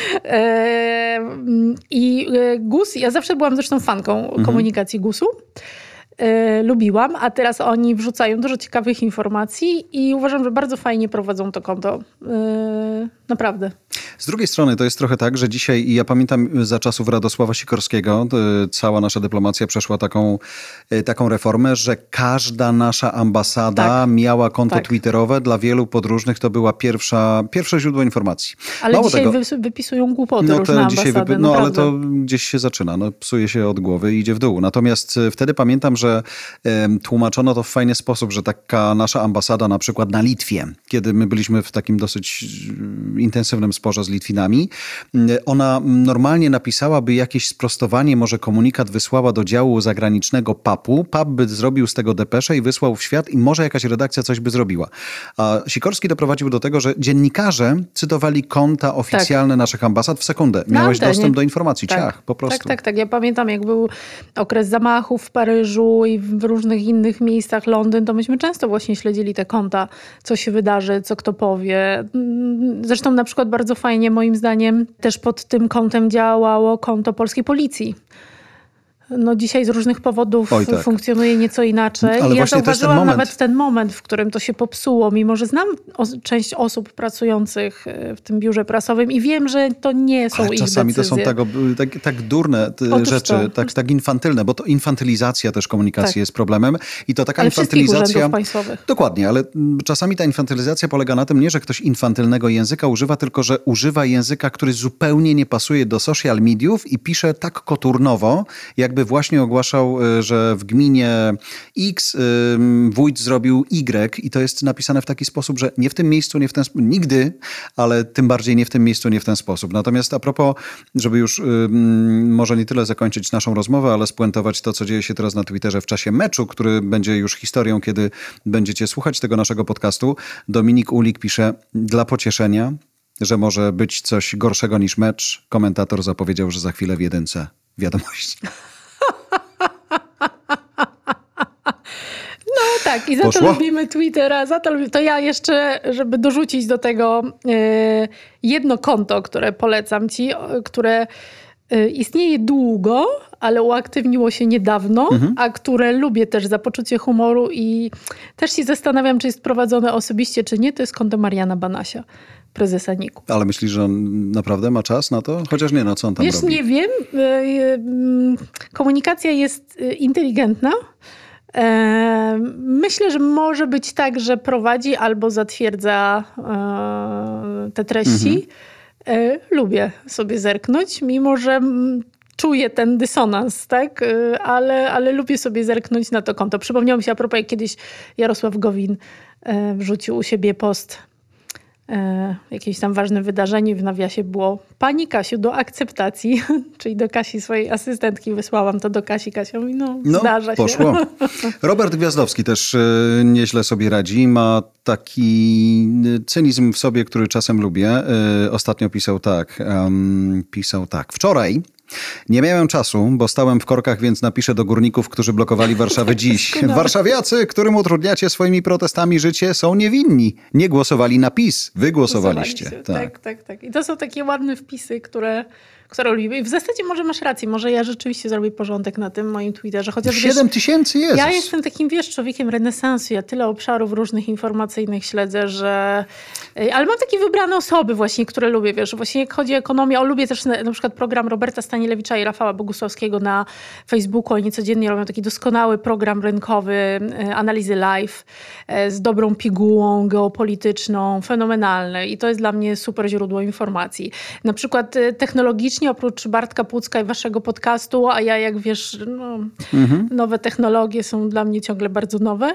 I GUS, ja zawsze byłam zresztą fanką komunikacji GUS-u. Lubiłam, a teraz oni wrzucają dużo ciekawych informacji i uważam, że bardzo fajnie prowadzą to konto. Naprawdę. Z drugiej strony to jest trochę tak, że dzisiaj, ja pamiętam za czasów Radosława Sikorskiego, cała nasza dyplomacja przeszła taką reformę, że każda nasza ambasada miała konto twitterowe. Dla wielu podróżnych to była pierwsze źródło informacji. Ale mało dzisiaj tego, wypisują głupoty różne ambasady. Ale to gdzieś się zaczyna. Psuje się od głowy i idzie w dół. Natomiast wtedy pamiętam, że że tłumaczono to w fajny sposób, że taka nasza ambasada na przykład na Litwie, kiedy my byliśmy w takim dosyć intensywnym sporze z Litwinami, ona normalnie napisałaby jakieś sprostowanie, może komunikat wysłała do działu zagranicznego PAP-u, PAP by zrobił z tego depeszę i wysłał w świat i może jakaś redakcja coś by zrobiła. A Sikorski doprowadził do tego, że dziennikarze cytowali konta oficjalne naszych ambasad w sekundę. Miałeś dostęp do informacji, ciach, po prostu. Tak. Ja pamiętam, jak był okres zamachów w Paryżu i w różnych innych miejscach, Londyn, to myśmy często właśnie śledzili te konta, co się wydarzy, co kto powie. Zresztą na przykład bardzo fajnie, moim zdaniem, też pod tym kątem działało konto polskiej policji. No dzisiaj z różnych powodów funkcjonuje nieco inaczej. Ale ja zauważyłam nawet ten moment, w którym to się popsuło, mimo że znam część osób pracujących w tym biurze prasowym i wiem, że to nie są ich decyzje. Czasami to są tak durne rzeczy, tak infantylne, bo to infantylizacja też komunikacji jest problemem. I to taka infantylizacja państwowych. Dokładnie, ale czasami ta infantylizacja polega na tym, nie, że ktoś infantylnego języka używa, tylko że używa języka, który zupełnie nie pasuje do social mediów i pisze tak koturnowo, jakby właśnie ogłaszał, że w gminie X wójt zrobił Y i to jest napisane w taki sposób, że nie w tym miejscu, nie w ten sposób, nigdy, ale tym bardziej nie w tym miejscu, nie w ten sposób. Natomiast a propos, żeby już może nie tyle zakończyć naszą rozmowę, ale spuentować to, co dzieje się teraz na Twitterze w czasie meczu, który będzie już historią, kiedy będziecie słuchać tego naszego podcastu. Dominik Ulik pisze, dla pocieszenia, że może być coś gorszego niż mecz, komentator zapowiedział, że za chwilę w jedynce wiadomości. No tak, i za to lubimy Twittera, to ja jeszcze, żeby dorzucić do tego jedno konto, które polecam ci, które istnieje długo, ale uaktywniło się niedawno, a które lubię też za poczucie humoru i też się zastanawiam, czy jest prowadzone osobiście, czy nie, to jest konto Mariana Banasia, prezesa NIK-u. Ale myślisz, że on naprawdę ma czas na to? Chociaż nie, no co on tam robi? Nie wiem. Komunikacja jest inteligentna. Myślę, że może być tak, że prowadzi albo zatwierdza te treści. Lubię sobie zerknąć, mimo że czuję ten dysonans, tak? Ale lubię sobie zerknąć na to konto. Przypomniało mi się a propos, jak kiedyś Jarosław Gowin wrzucił u siebie post jakieś tam ważne wydarzenie, w nawiasie było: Pani Kasiu, do akceptacji, czyli do Kasi, swojej asystentki, wysłałam to do Kasi. Kasia mówi, zdarza się. Poszło. Robert Gwiazdowski też nieźle sobie radzi. Ma taki cynizm w sobie, który czasem lubię. Ostatnio pisał tak. Wczoraj nie miałem czasu, bo stałem w korkach, więc napiszę do górników, którzy blokowali Warszawę dziś. Warszawiacy, którym utrudniacie swoimi protestami życie, są niewinni. Nie głosowali na PiS. Wy głosowaliście. Tak. I to są takie ładne wpisy, które lubimy. I w zasadzie może masz rację. Może ja rzeczywiście zrobię porządek na tym moim Twitterze. Chociaż 7000 jest. Ja jestem takim, człowiekiem renesansu. Ja tyle obszarów różnych informacyjnych śledzę, że... Ale mam takie wybrane osoby właśnie, które lubię. Właśnie jak chodzi o ekonomię, lubię też na przykład program Roberta Stanielewicza i Rafała Bogusławskiego na Facebooku. Oni codziennie robią taki doskonały program rynkowy, analizy live z dobrą pigułą geopolityczną, fenomenalny. I to jest dla mnie super źródło informacji. Na przykład technologicznie, oprócz Bartka Pucka i waszego podcastu, a ja, jak wiesz, nowe technologie są dla mnie ciągle bardzo nowe,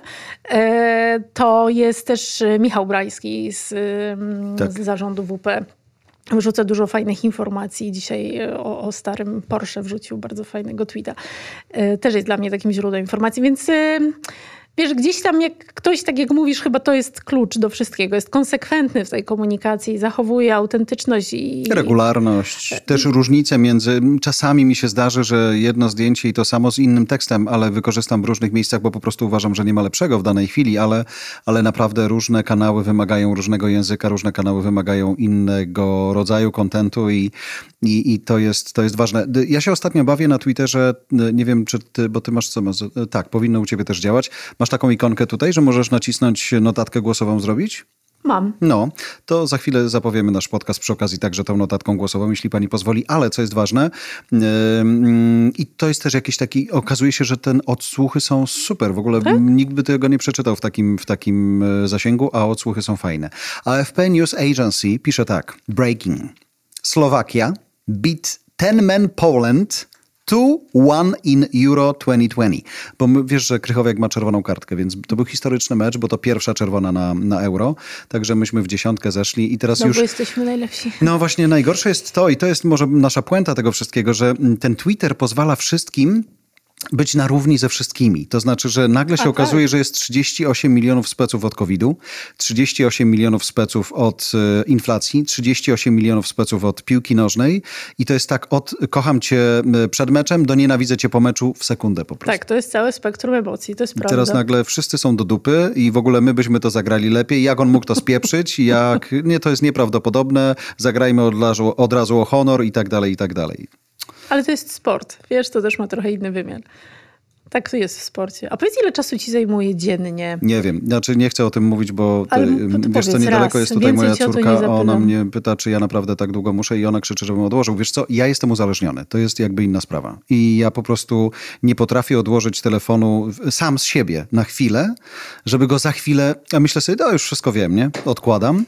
to jest też Michał Brajski z zarządu WP. Wrzuca dużo fajnych informacji. Dzisiaj o starym Porsche wrzucił bardzo fajnego tweeta. Też jest dla mnie takim źródłem informacji, więc... Wiesz, gdzieś tam jak ktoś, tak jak mówisz, chyba to jest klucz do wszystkiego. Jest konsekwentny w tej komunikacji, zachowuje autentyczność i... Regularność. Też różnice między... Czasami mi się zdarzy, że jedno zdjęcie i to samo z innym tekstem, ale wykorzystam w różnych miejscach, bo po prostu uważam, że nie ma lepszego w danej chwili, ale naprawdę różne kanały wymagają różnego języka, różne kanały wymagają innego rodzaju kontentu i to jest ważne. Ja się ostatnio bawię na Twitterze, nie wiem, czy ty, bo ty masz co? Tak, powinno u ciebie też działać. Masz taką ikonkę tutaj, że możesz nacisnąć notatkę głosową zrobić? Mam. No, to za chwilę zapowiemy nasz podcast przy okazji także tą notatką głosową, jeśli pani pozwoli, ale co jest ważne i to jest też jakiś taki, okazuje się, że ten odsłuchy są super, w ogóle nikt by tego nie przeczytał w takim zasięgu, a odsłuchy są fajne. AFP News Agency pisze tak, breaking, Slovakia beat 10-man Poland 2-1 in Euro 2020. Bo wiesz, że Krychowiak ma czerwoną kartkę, więc to był historyczny mecz, bo to pierwsza czerwona na Euro. Także myśmy w 10 zeszli i teraz już... Bo jesteśmy najlepsi. No właśnie, najgorsze jest to, i to jest może nasza puenta tego wszystkiego, że ten Twitter pozwala wszystkim być na równi ze wszystkimi. To znaczy, że nagle się okazuje, że jest 38 milionów speców od COVID-u, 38 milionów speców od inflacji, 38 milionów speców od piłki nożnej i to jest tak od kocham cię przed meczem do nienawidzę cię po meczu w sekundę po prostu. Tak, to jest całe spektrum emocji, to jest prawda. Teraz nagle wszyscy są do dupy i w ogóle my byśmy to zagrali lepiej. Jak on mógł to spieprzyć? Jak nie, to jest nieprawdopodobne. Zagrajmy od razu o honor i tak dalej, i tak dalej. Ale to jest sport, wiesz, to też ma trochę inny wymiar. Tak to jest w sporcie. A powiedz, ile czasu ci zajmuje dziennie? Nie wiem, znaczy nie chcę o tym mówić, bo wiesz co, raz. niedaleko jest tutaj moja córka, ona zapytam. mnie pyta, czy ja naprawdę tak długo muszę i ona krzyczy, żebym odłożył. Wiesz co, ja jestem uzależniony, to jest jakby inna sprawa. I ja po prostu nie potrafię odłożyć telefonu sam z siebie na chwilę, żeby go za chwilę, ja myślę sobie, no już wszystko wiem, nie? Odkładam.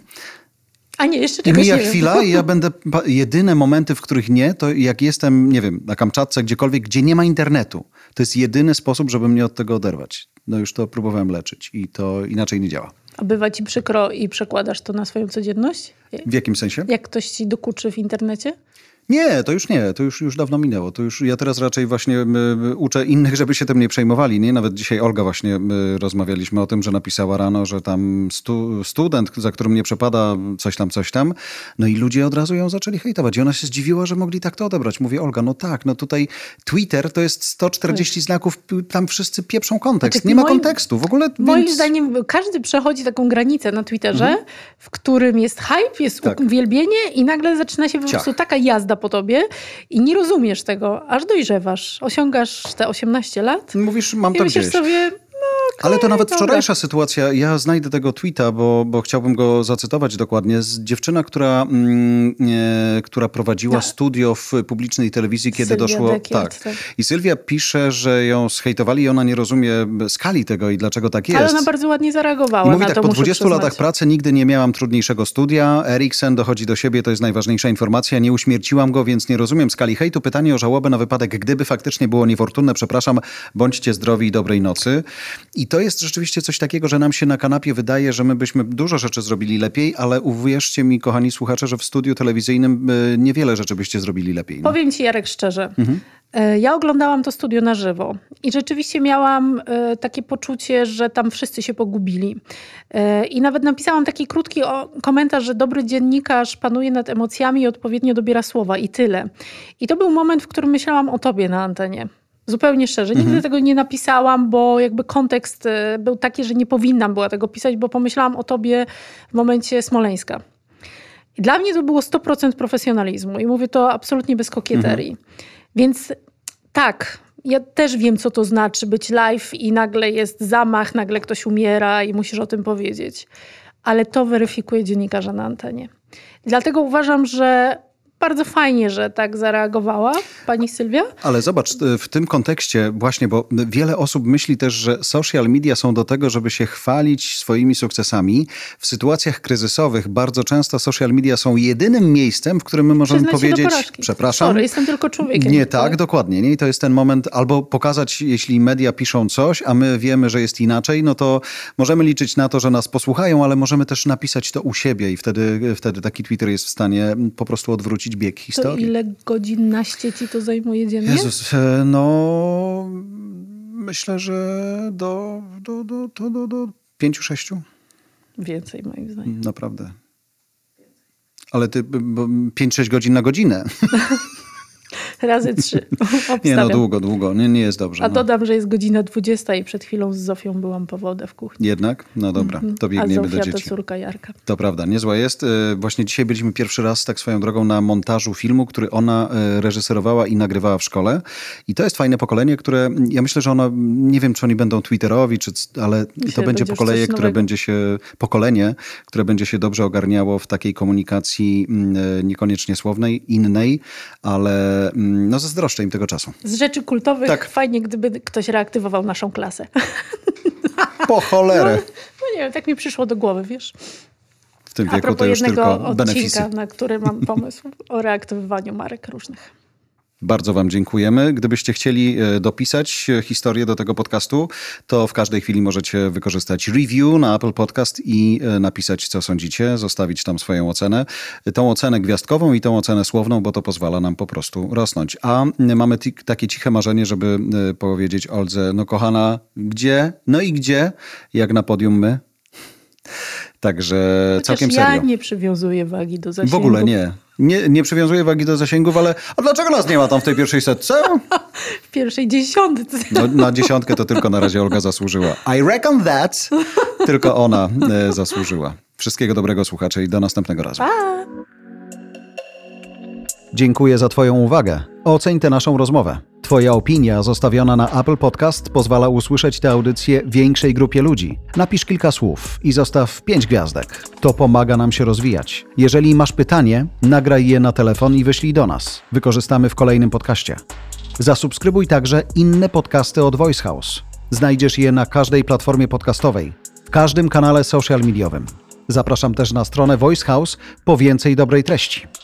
A nie, jeszcze I czegoś mija nie chwila i ja będę... Jedyne momenty, w których nie, to jak jestem, nie wiem, na Kamczatce, gdziekolwiek, gdzie nie ma internetu. To jest jedyny sposób, żeby mnie od tego oderwać. No już to próbowałem leczyć i to inaczej nie działa. A bywa ci przykro i przekładasz to na swoją codzienność? W jakim sensie? Jak ktoś ci dokuczy w internecie? Nie, to już dawno minęło. To już ja teraz raczej właśnie uczę innych, żeby się tym nie przejmowali. Nie? Nawet dzisiaj Olga właśnie rozmawialiśmy o tym, że napisała rano, że tam student, za którym nie przepada coś tam. No i ludzie od razu ją zaczęli hejtować. I ona się zdziwiła, że mogli tak to odebrać. Mówię, Olga, no tak, no tutaj Twitter to jest 140 znaków, tam wszyscy pieprzą kontekst. Znaczy, nie ma kontekstu w ogóle. Moim zdaniem każdy przechodzi taką granicę na Twitterze, w którym jest hype, jest uwielbienie i nagle zaczyna się po prostu taka jazda po tobie i nie rozumiesz tego, aż dojrzewasz. Osiągasz te 18 lat. Mówisz, mam i to myślisz gdzieś. sobie, Ale to nawet dobra. wczorajsza sytuacja, ja znajdę tego tweeta, bo chciałbym go zacytować dokładnie. Dziewczyna, która prowadziła studio w publicznej telewizji, kiedy Sylwia doszło... Dekiert, tak. I Sylwia pisze, że ją zhejtowali i ona nie rozumie skali tego i dlaczego tak jest. Ale ona bardzo ładnie zareagowała I mówi na tak, to, po muszę 20 przyznać. latach pracy nigdy nie miałam trudniejszego studia. Eriksen dochodzi do siebie, to jest najważniejsza informacja. Nie uśmierciłam go, więc nie rozumiem skali hejtu. Pytanie o żałobę na wypadek, gdyby faktycznie było niefortunne. Przepraszam, bądźcie zdrowi i dobrej nocy. I to jest rzeczywiście coś takiego, że nam się na kanapie wydaje, że my byśmy dużo rzeczy zrobili lepiej, ale uwierzcie mi, kochani słuchacze, że w studiu telewizyjnym niewiele rzeczy byście zrobili lepiej. No. Powiem ci, Jarek, szczerze. Ja oglądałam to studio na żywo i rzeczywiście miałam takie poczucie, że tam wszyscy się pogubili. I nawet napisałam taki krótki komentarz, że dobry dziennikarz panuje nad emocjami i odpowiednio dobiera słowa i tyle. I to był moment, w którym myślałam o tobie na antenie. Zupełnie szczerze. Nigdy tego nie napisałam, bo jakby kontekst był taki, że nie powinnam była tego pisać, bo pomyślałam o tobie w momencie Smoleńska. I dla mnie to było 100% profesjonalizmu i mówię to absolutnie bez kokieterii. Więc tak, ja też wiem, co to znaczy być live i nagle jest zamach, nagle ktoś umiera i musisz o tym powiedzieć. Ale to weryfikuje dziennikarza na antenie. Dlatego uważam, że bardzo fajnie, że tak zareagowała pani Sylwia. Ale zobacz, w tym kontekście właśnie, bo wiele osób myśli też, że social media są do tego, żeby się chwalić swoimi sukcesami. W sytuacjach kryzysowych bardzo często social media są jedynym miejscem, w którym my możemy Przyznać się do powiedzieć, porażki. przepraszam. Sorry, jestem tylko człowiekiem. Nie tak, dokładnie. Nie? I to jest ten moment, albo pokazać, jeśli media piszą coś, a my wiemy, że jest inaczej, no to możemy liczyć na to, że nas posłuchają, ale możemy też napisać to u siebie i wtedy taki Twitter jest w stanie po prostu odwrócić bieg historii. To ile godzin naście ci to zajmuje dziennie? Jezus, no myślę, że do 5-6. Więcej moim zdaniem. Naprawdę. Ale ty 5-6 godzin na godzinę. Razy 3. Nie, no długo. Nie jest dobrze. A dodam, że jest godzina 20 i przed chwilą z Zofią byłam po wodę w kuchni. Jednak? No dobra, to biegniemy do Zofia dzieci. to córka Jarka. To prawda, niezła jest. Właśnie dzisiaj byliśmy pierwszy raz tak swoją drogą na montażu filmu, który ona reżyserowała i nagrywała w szkole. I to jest fajne pokolenie, które, ja myślę, że ona, nie wiem, czy oni będą twitterowi, ale to będzie pokolenie, które będzie się dobrze ogarniało w takiej komunikacji niekoniecznie słownej, innej, ale no zazdroszczę im tego czasu. Z rzeczy kultowych Tak. fajnie, gdyby ktoś reaktywował naszą klasę. Po cholerę. No nie wiem, tak mi przyszło do głowy, wiesz. W tym A wieku to propos już jednego tylko benefisy. odcinka, na który mam pomysł o reaktywowaniu marek różnych. Bardzo wam dziękujemy. Gdybyście chcieli dopisać historię do tego podcastu, to w każdej chwili możecie wykorzystać review na Apple Podcast i napisać, co sądzicie, zostawić tam swoją ocenę. Tą ocenę gwiazdkową i tą ocenę słowną, bo to pozwala nam po prostu rosnąć. A mamy takie ciche marzenie, żeby powiedzieć Oldze, no kochana, gdzie? No i gdzie? Jak na podium my? Także chociaż całkiem serio. Ja nie przywiązuję wagi do zasięgów. W ogóle nie. Nie przywiązuję wagi do zasięgów, ale a dlaczego nas nie ma tam w tej pierwszej setce? W pierwszej 10. No, na 10 to tylko na razie Olga zasłużyła. I reckon that tylko ona zasłużyła. Wszystkiego dobrego, słuchacze, i do następnego razu. Pa! Dziękuję za twoją uwagę. Oceń tę naszą rozmowę. Twoja opinia zostawiona na Apple Podcast pozwala usłyszeć tę audycję większej grupie ludzi. Napisz kilka słów i zostaw 5 gwiazdek. To pomaga nam się rozwijać. Jeżeli masz pytanie, nagraj je na telefon i wyślij do nas. Wykorzystamy w kolejnym podcaście. Zasubskrybuj także inne podcasty od Voice House. Znajdziesz je na każdej platformie podcastowej, w każdym kanale social mediowym. Zapraszam też na stronę Voice House po więcej dobrej treści.